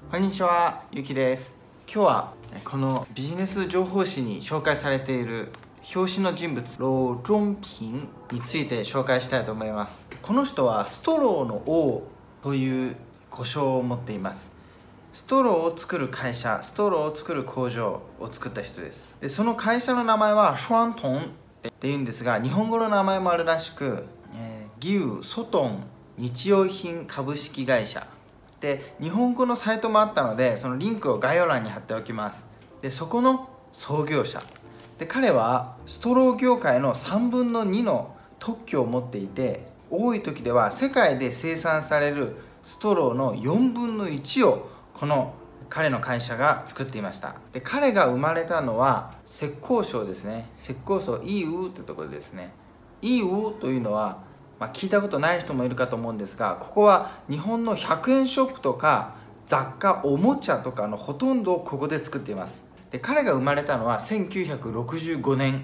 こんにちは、ゆきです。今日はこのビジネス情報誌に紹介されている表紙の人物、ロー・ジョンピンについて紹介したいと思います。この人はストローの王という呼称を持っています。ストローを作る会社、ストローを作る工場を作った人です。で、その会社の名前はシュワントンっていうんですが、日本語の名前もあるらしく、義烏ソトン日用品株式会社で、日本語のサイトもあったので、そのリンクを概要欄に貼っておきます。で、そこの創業者で、彼はストロー業界の3分の2の特許を持っていて、多い時では世界で生産されるストローの4分の1をこの彼の会社が作っていました。で、彼が生まれたのは浙江省ですね。浙江省義烏というところですね。義烏というのは聞いたことない人もいるかと思うんですが、ここは日本の100円ショップとか雑貨おもちゃとかのほとんどをここで作っています。で、彼が生まれたのは1965年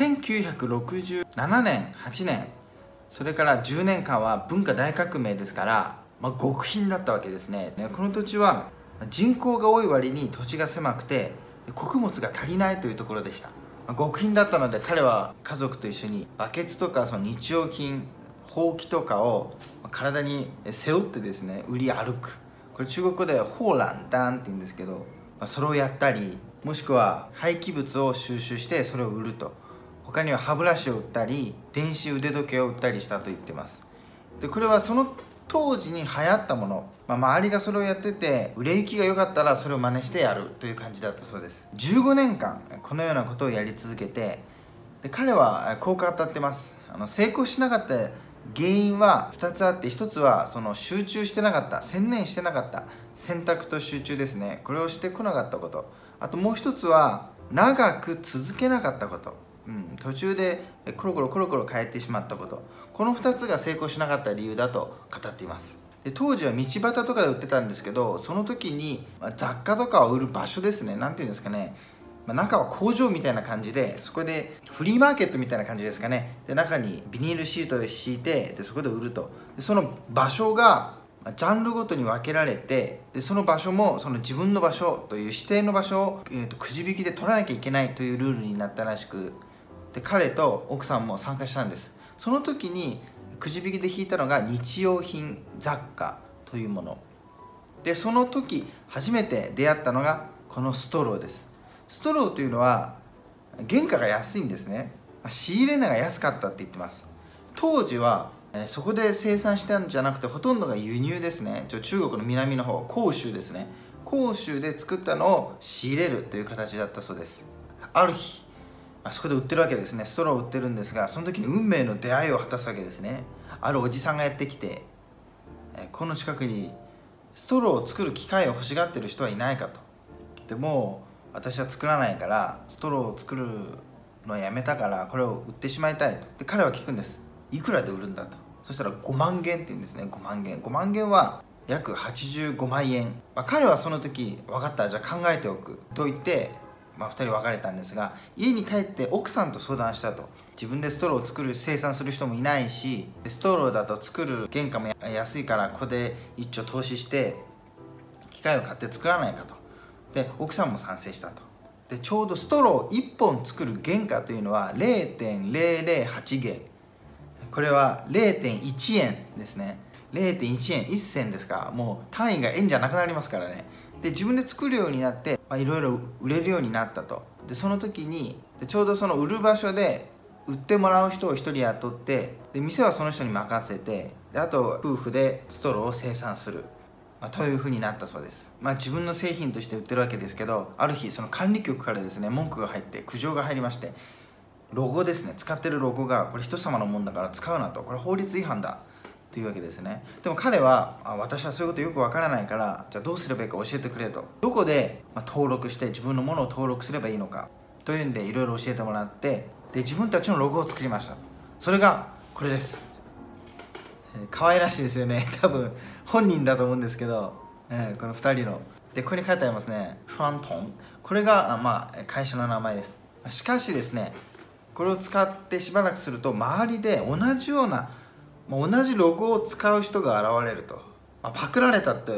1967年8年、それから10年間は文化大革命ですから、極貧だったわけですね。この土地は人口が多い割に土地が狭くて穀物が足りないというところでした。極貧だったので、彼は家族と一緒にバケツとかその日用品、ほうきとかを体に背負ってですね、売り歩く。これ中国語でホーランダンって言うんですけど、それをやったり、もしくは廃棄物を収集してそれを売ると。他には歯ブラシを売ったり電子腕時計を売ったりしたと言ってます。で、これはその当時に流行ったもの、周りがそれをやってて売れ行きが良かったらそれを真似してやるという感じだったそうです。15年間このようなことをやり続けて、で、彼はこう語ってます。成功しなかった原因は2つあって、1つはその集中してなかった、専念してなかった、選択と集中ですね、これをしてこなかったこと。あともう1つは長く続けなかったこと、途中でコロコロ変えてしまったこと。この2つが成功しなかった理由だと語っています。で、当時は道端とかで売ってたんですけど、その時に雑貨とかを売る場所ですね、なんていうんですかね、中は工場みたいな感じで、そこでフリーマーケットみたいな感じですかね。で、中にビニールシートで敷いて、でそこで売ると。で、その場所がジャンルごとに分けられて、でその場所もその自分の場所という指定の場所を、くじ引きで取らなきゃいけないというルールになったらしく、で彼と奥さんも参加したんです。その時にくじ引きで引いたのが日用品雑貨というもので、その時初めて出会ったのがこのストローです。ストローというのは原価が安いんですね。仕入れ値が安かったって言ってます。当時はそこで生産したんじゃなくて、ほとんどが輸入ですね。中国の南の方、広州ですね。広州で作ったのを仕入れるという形だったそうです。ある日そこで売ってるわけですね。ストローを売ってるんですが、その時に運命の出会いを果たすわけですね。あるおじさんがやってきて、この近くにストローを作る機械を欲しがってる人はいないかと。でも私は作らないから、ストローを作るのをやめたからこれを売ってしまいたいと。で、彼は聞くんです。いくらで売るんだと。そしたら5万元って言うんですね。5万元。5万元は約85万円。彼はその時、分かった、じゃあ考えておくと言って、2人別れたんですが、家に帰って奥さんと相談したと。自分でストローを作る、生産する人もいないし、ストローだと作る原価も安いから、ここで一丁投資して機械を買って作らないかと。で、奥さんも賛成したと。で、ちょうどストロー1本作る原価というのは 0.008 元。これは 0.1 円ですね。0.1 円、1銭ですから、もう単位が円じゃなくなりますからね。で、自分で作るようになって、いろいろ売れるようになったと。で、その時にちょうどその売る場所で売ってもらう人を1人雇って、で店はその人に任せて、であと夫婦でストローを生産する、というふうになったそうです。自分の製品として売ってるわけですけど、ある日その管理局からですね、文句が入って苦情が入りまして、ロゴですね、使ってるロゴがこれ人様のもんだから使うなと、これ法律違反だというわけですね。でも彼は私はそういうことよくわからないから、じゃあどうすればいいか教えてくれと。どこで登録して自分のものを登録すればいいのかというんで、いろいろ教えてもらって、で自分たちのロゴを作りました。それがこれです。可愛らしいですよね。多分本人だと思うんですけど、この2人ので、ここに書いてありますね、シュワントン。これが会社の名前です。しかしですね、これを使ってしばらくすると、周りで同じような同じロゴを使う人が現れると。パクられたってこ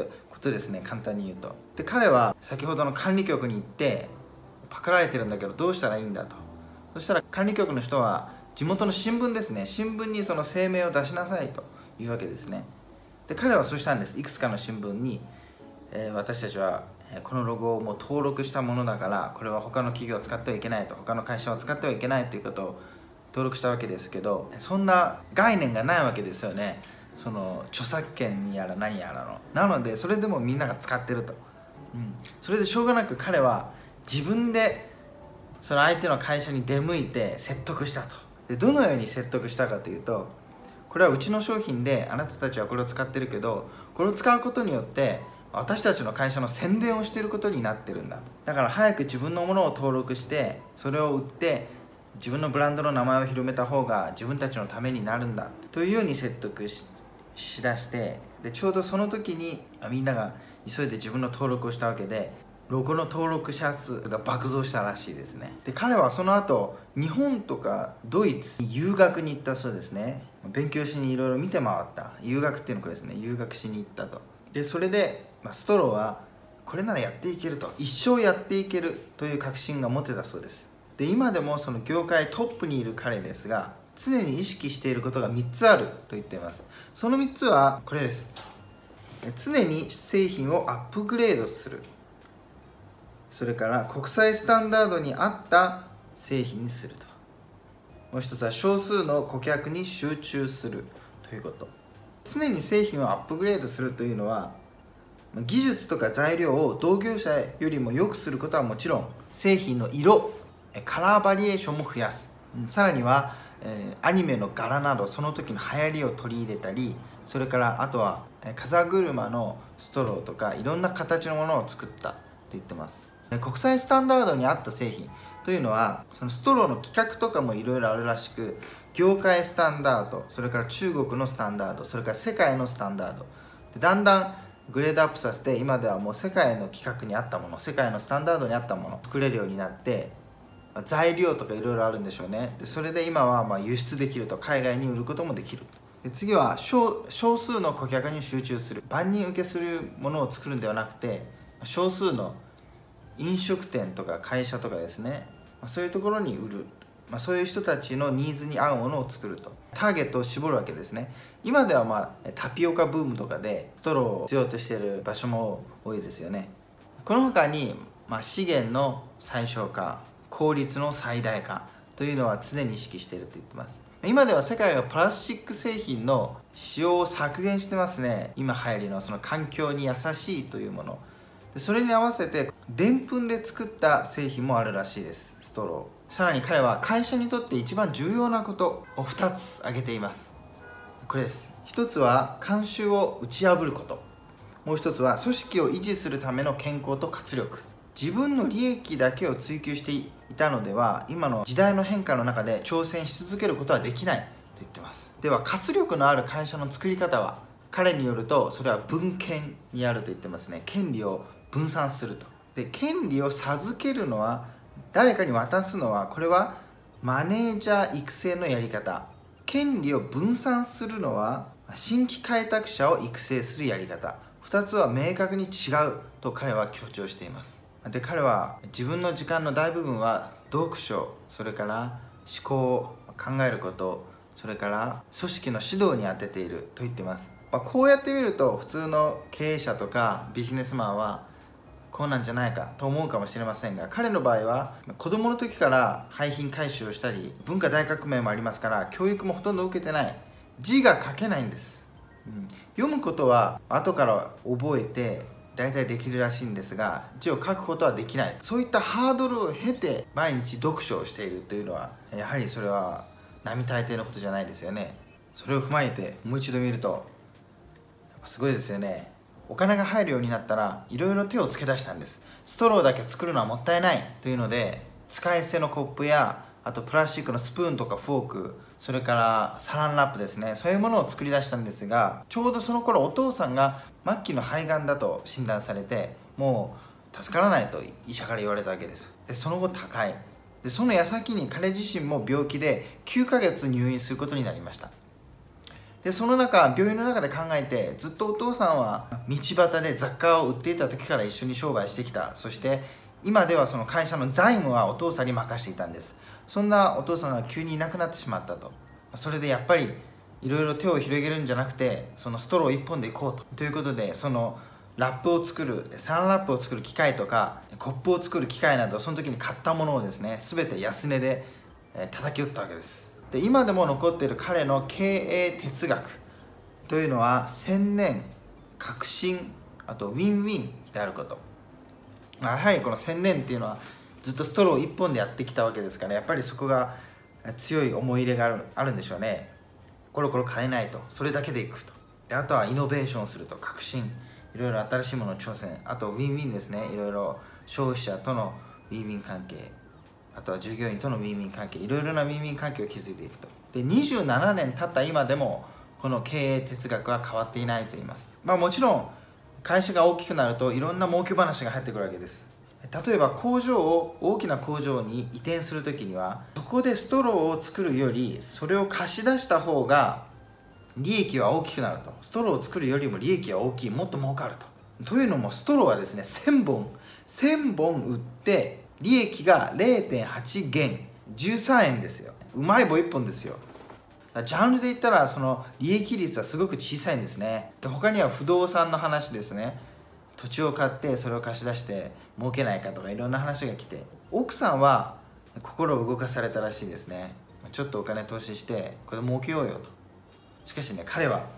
ことですね、簡単に言うと。で彼は先ほどの管理局に行ってパクられてるんだけどどうしたらいいんだと。そしたら管理局の人は地元の新聞ですね、新聞にその声明を出しなさいというわけですね。で彼はそうしたんです。いくつかの新聞に、私たちはこのロゴをもう登録したものだからこれは他の企業を使ってはいけないと、他の会社を使ってはいけないということを登録したわけですけど、そんな概念がないわけですよね、その著作権やら何やらの。なのでそれでもみんなが使ってると、それでしょうがなく彼は自分でその相手の会社に出向いて説得したと。でどのように説得したかというと、これはうちの商品であなたたちはこれを使ってるけど、これを使うことによって私たちの会社の宣伝をしていることになってるんだと。だから早く自分のものを登録してそれを売って自分のブランドの名前を広めた方が自分たちのためになるんだというように説得しだして、でちょうどその時にみんなが急いで自分の登録をしたわけで、ロゴの登録者数が爆増したらしいですね。で彼はその後日本とかドイツに留学に行ったそうですね。勉強しにいろいろ見て回った、留学っていうのこれですね、留学しに行ったと。でそれで、ストローはこれならやっていけると、一生やっていけるという確信が持てたそうです。で今でもその業界トップにいる彼ですが、常に意識していることが3つあると言っています。その3つはこれです。常に製品をアップグレードする、それから国際スタンダードに合った製品にすると、もう一つは少数の顧客に集中するということ。常に製品をアップグレードするというのは、技術とか材料を同業者よりも良くすることはもちろん、製品の色、カラーバリエーションも増やす、さらには、アニメの柄などその時の流行りを取り入れたり、それからあとは風車のストローとかいろんな形のものを作ったと言ってます。国際スタンダードに合った製品というのは、そのストローの規格とかもいろいろあるらしく、業界スタンダード、それから中国のスタンダード、それから世界のスタンダードで、だんだんグレードアップさせて、今ではもう世界の規格に合ったもの、世界のスタンダードに合ったものを作れるようになって、材料とかいろいろあるんでしょうね。でそれで今は輸出できると、海外に売ることもできる。で次は少数の顧客に集中する、万人受けするものを作るんではなくて、少数の飲食店とか会社とかですね、そういうところに売る、そういう人たちのニーズに合うものを作ると、ターゲットを絞るわけですね。今ではタピオカブームとかでストローを必要としている場所も多いですよね。この他に、資源の最小化、効率の最大化というのは常に意識していると言ってます。今では世界がプラスチック製品の使用を削減してますね。今流行りのその環境に優しいというもので、それに合わせてでんぷんで作った製品もあるらしいです、ストロー。さらに彼は会社にとって一番重要なことを2つ挙げています。これです。1つは慣習を打ち破ること、もう1つは組織を維持するための健康と活力。自分の利益だけを追求していたのでは、今の時代の変化の中で挑戦し続けることはできないと言ってます。では活力のある会社の作り方は、彼によるとそれは分権にあると言ってますね。権利を分散すると。で権利を授けるのは、誰かに渡すのは、これはマネージャー育成のやり方。権利を分散するのは新規開拓者を育成するやり方。2つは明確に違うと彼は強調しています。で彼は自分の時間の大部分は読書、それから思考、考えること、それから組織の指導に当てていると言っています。こうやってみると普通の経営者とかビジネスマンはこうなんじゃないかと思うかもしれませんが、彼の場合は子供の時から廃品回収をしたり、文化大革命もありますから教育もほとんど受けてない、字が書けないんです、読むことは後から覚えて大体できるらしいんですが、字を書くことはできない。そういったハードルを経て毎日読書をしているというのは、やはりそれは並大抵のことじゃないですよね。それを踏まえてもう一度見るとすごいですよね。お金が入るようになったらいろいろ手をつけ出したんです。ストローだけ作るのはもったいないというので、使い捨てのコップやあとプラスチックのスプーンとかフォーク、それからサランラップですね、そういうものを作り出したんですが、ちょうどその頃お父さんが末期の肺がんだと診断されて、もう助からないと医者から言われたわけです。でその後他界で、その矢先に彼自身も病気で9ヶ月入院することになりました。 でその中、病院の中で考えて、ずっとお父さんは道端で雑貨を売っていた時から一緒に商売してきた。そして今ではその会社の財務はお父さんに任せていたんです。そんなお父さんが急にいなくなってしまったと。それでやっぱりいろいろ手を広げるんじゃなくて、そのストロー一本でいこうということで、そのラップを作る、サランラップを作る機械とかコップを作る機械など、その時に買ったものをですね、全て安値で叩き売ったわけです。で今でも残っている彼の経営哲学というのは、専念、革新、あとウィンウィンであること。やはりこの専念っていうのはずっとストロー一本でやってきたわけですから、やっぱりそこが強い思い入れがあるんでしょうね。コロコロ変えないと、それだけでいくと。であとはイノベーションすると、革新、いろいろ新しいものを挑戦、あとウィンウィンですね。いろいろ消費者とのウィンウィン関係、あとは従業員とのウィンウィン関係、いろいろなウィンウィン関係を築いていくと。で27年経った今でもこの経営哲学は変わっていないと言います。もちろん会社が大きくなるといろんな儲け話が入ってくるわけです。例えば大きな工場に移転するときには、そこでストローを作るよりそれを貸し出した方が利益は大きくなると。ストローを作るよりも利益は大きい、もっと儲かると。というのもストローはですね、1000本売って利益が 0.8 元、13円ですよ。うまい棒1本ですよ。ジャンルで言ったらその利益率はすごく小さいんですね。で他には不動産の話ですね。土地を買ってそれを貸し出して儲けないかとか、いろんな話が来て、奥さんは心を動かされたらしいですね。ちょっとお金投資してこれ儲けようよと。しかしね、彼は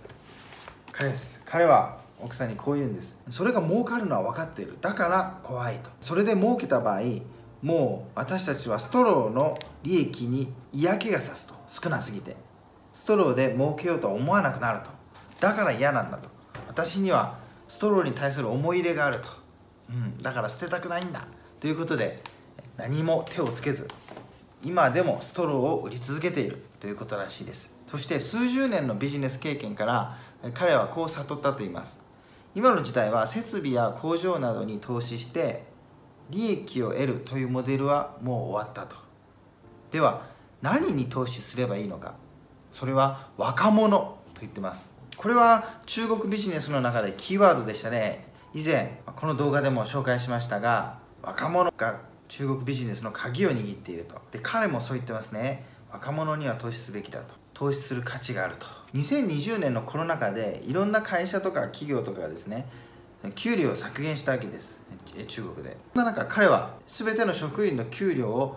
奥さんにこう言うんです。それが儲かるのは分かっている、だから怖いと。それで儲けた場合、もう私たちはストローの利益に嫌気がさすと。少なすぎてストローで儲けようとは思わなくなると。だから嫌なんだと。私にはストローに対する思い入れがあると、だから捨てたくないんだということで、何も手をつけず今でもストローを売り続けているということらしいです。そして数十年のビジネス経験から彼はこう悟ったと言います。今の時代は設備や工場などに投資して利益を得るというモデルはもう終わったと。では何に投資すればいいのか。それは若者と言ってます。これは中国ビジネスの中でキーワードでしたね。以前この動画でも紹介しましたが、若者が中国ビジネスの鍵を握っていると。で彼もそう言ってますね。若者には投資すべきだと。投資する価値があると。2020年のコロナ禍でいろんな会社とか企業とかがですね、給料を削減したわけです、中国で。そんな中彼は全ての職員の給料を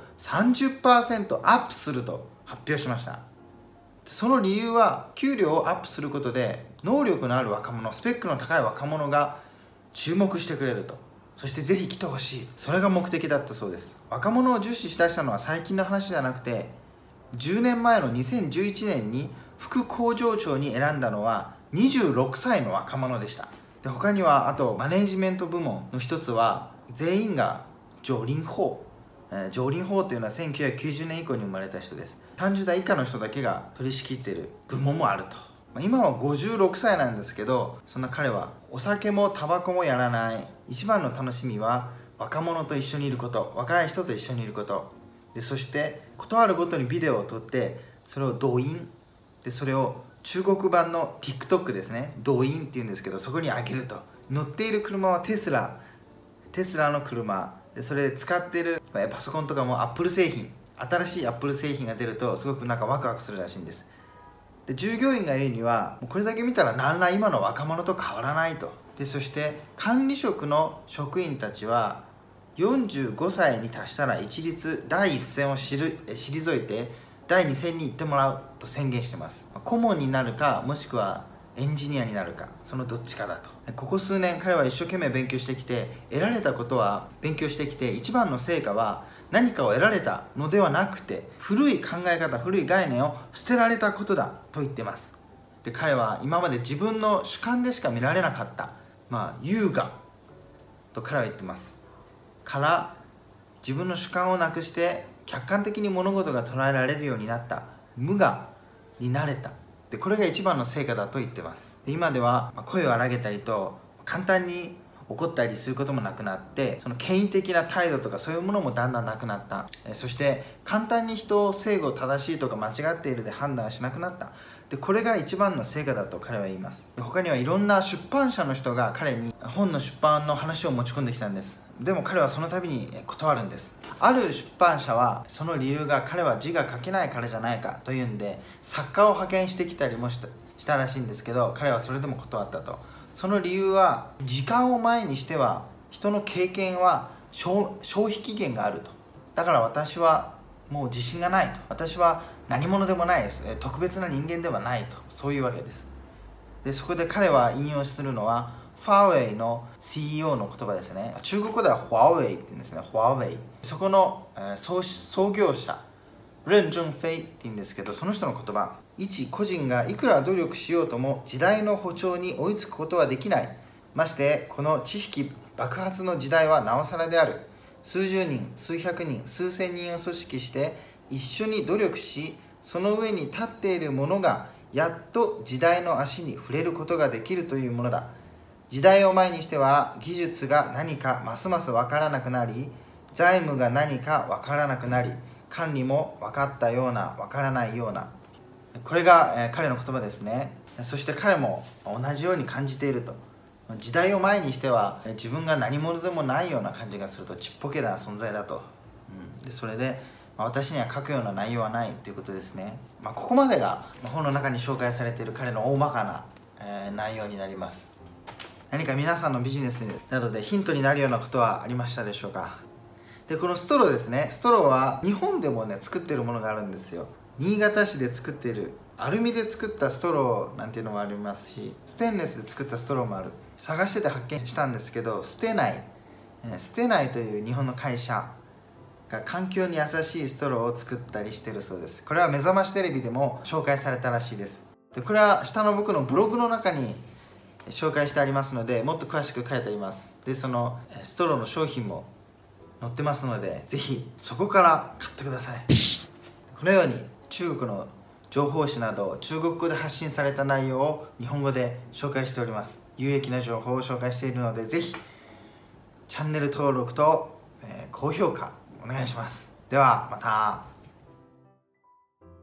30% アップすると発表しました。その理由は、給料をアップすることで能力のある若者、スペックの高い若者が注目してくれると。そしてぜひ来てほしい、それが目的だったそうです。若者を重視しだしたのは最近の話じゃなくて、10年前の2011年に副工場長に選んだのは26歳の若者でした。で他にはあとマネージメント部門の一つは全員が常林法、常林法というのは1990年以降に生まれた人です。30代以下の人だけが取り仕切っている部門もあると。今は56歳なんですけど、そんな彼はお酒もタバコもやらない。一番の楽しみは若者と一緒にいること、若い人と一緒にいることで、そして事あるごとにビデオを撮ってそれを動員で、それを中国版の TikTok ですね、動員っていうんですけど、そこに上げると。乗っている車はテスラの車で、それで使っているパソコンとかも Apple 製品、新しい Apple 製品が出るとすごくなんかワクワクするらしいんです。で従業員が言うには、これだけ見たら何ら今の若者と変わらないと。でそして管理職の職員たちは45歳に達したら一律第一線を退いて第二線に行ってもらうと宣言してます。顧問になるか、もしくはエンジニアになるか、そのどっちかだと。ここ数年彼は一生懸命勉強してきて、得られたことは勉強してきて、一番の成果は何かを得られたのではなくて、古い考え方、古い概念を捨てられたことだと言ってます。で彼は今まで自分の主観でしか見られなかった、優雅と彼は言ってますから自分の主観をなくして客観的に物事が捉えられるようになった、無我になれた。でこれが一番の成果だと言ってます。で今では声を荒げたりと簡単に怒ったりすることもなくなって、その権威的な態度とかそういうものもだんだんなくなった。そして簡単に人を正誤正しいとか間違っているで判断しなくなった。 でこれが一番の成果だと彼は言います。他にはいろんな出版社の人が彼に本の出版の話を持ち込んできたんです。でも彼はその度に断るんです。ある出版社はその理由が彼は字が書けないからじゃないかというんで作家を派遣してきたりもしたらしいんですけど、彼はそれでも断ったと。その理由は時間を前にしては人の経験は消費期限があると。だから私はもう自信がないと。私は何者でもないです。特別な人間ではないと。そういうわけです。でそこで彼は引用するのはファーウェイの CEO の言葉ですね。中国語ではファーウェイって言うんですね。ファーウェイ。そこの創業者任正非って言うんですけど、その人の言葉、一個人がいくら努力しようとも時代の歩調に追いつくことはできない。ましてこの知識爆発の時代はなおさらである。数十人、数百人、数千人を組織して一緒に努力し、その上に立っている者がやっと時代の足に触れることができるというものだ。時代を前にしては技術が何かますます分からなくなり、財務が何か分からなくなり、管理も分かったような分からないような。これが彼の言葉ですね。そして彼も同じように感じていると。時代を前にしては自分が何者でもないような感じがすると、ちっぽけな存在だと。でそれで私には書くような内容はないということですね。ここまでが本の中に紹介されている彼の大まかな内容になります。何か皆さんのビジネスなどでヒントになるようなことはありましたでしょうか。でこのストローですね。ストローは日本でもね作ってるものがあるんですよ。新潟市で作っているアルミで作ったストローなんていうのもありますし、ステンレスで作ったストローもある。探してて発見したんですけど、ステナイという日本の会社が環境に優しいストローを作ったりしているそうです。これは目覚ましテレビでも紹介されたらしいです。でこれは下の僕のブログの中に紹介してありますので、もっと詳しく書いてあります。でそのストローの商品も載ってますので、ぜひそこから買ってください。このように中国の情報誌など中国語で発信された内容を日本語で紹介しております。有益な情報を紹介しているので、ぜひチャンネル登録と高評価お願いします。ではまた。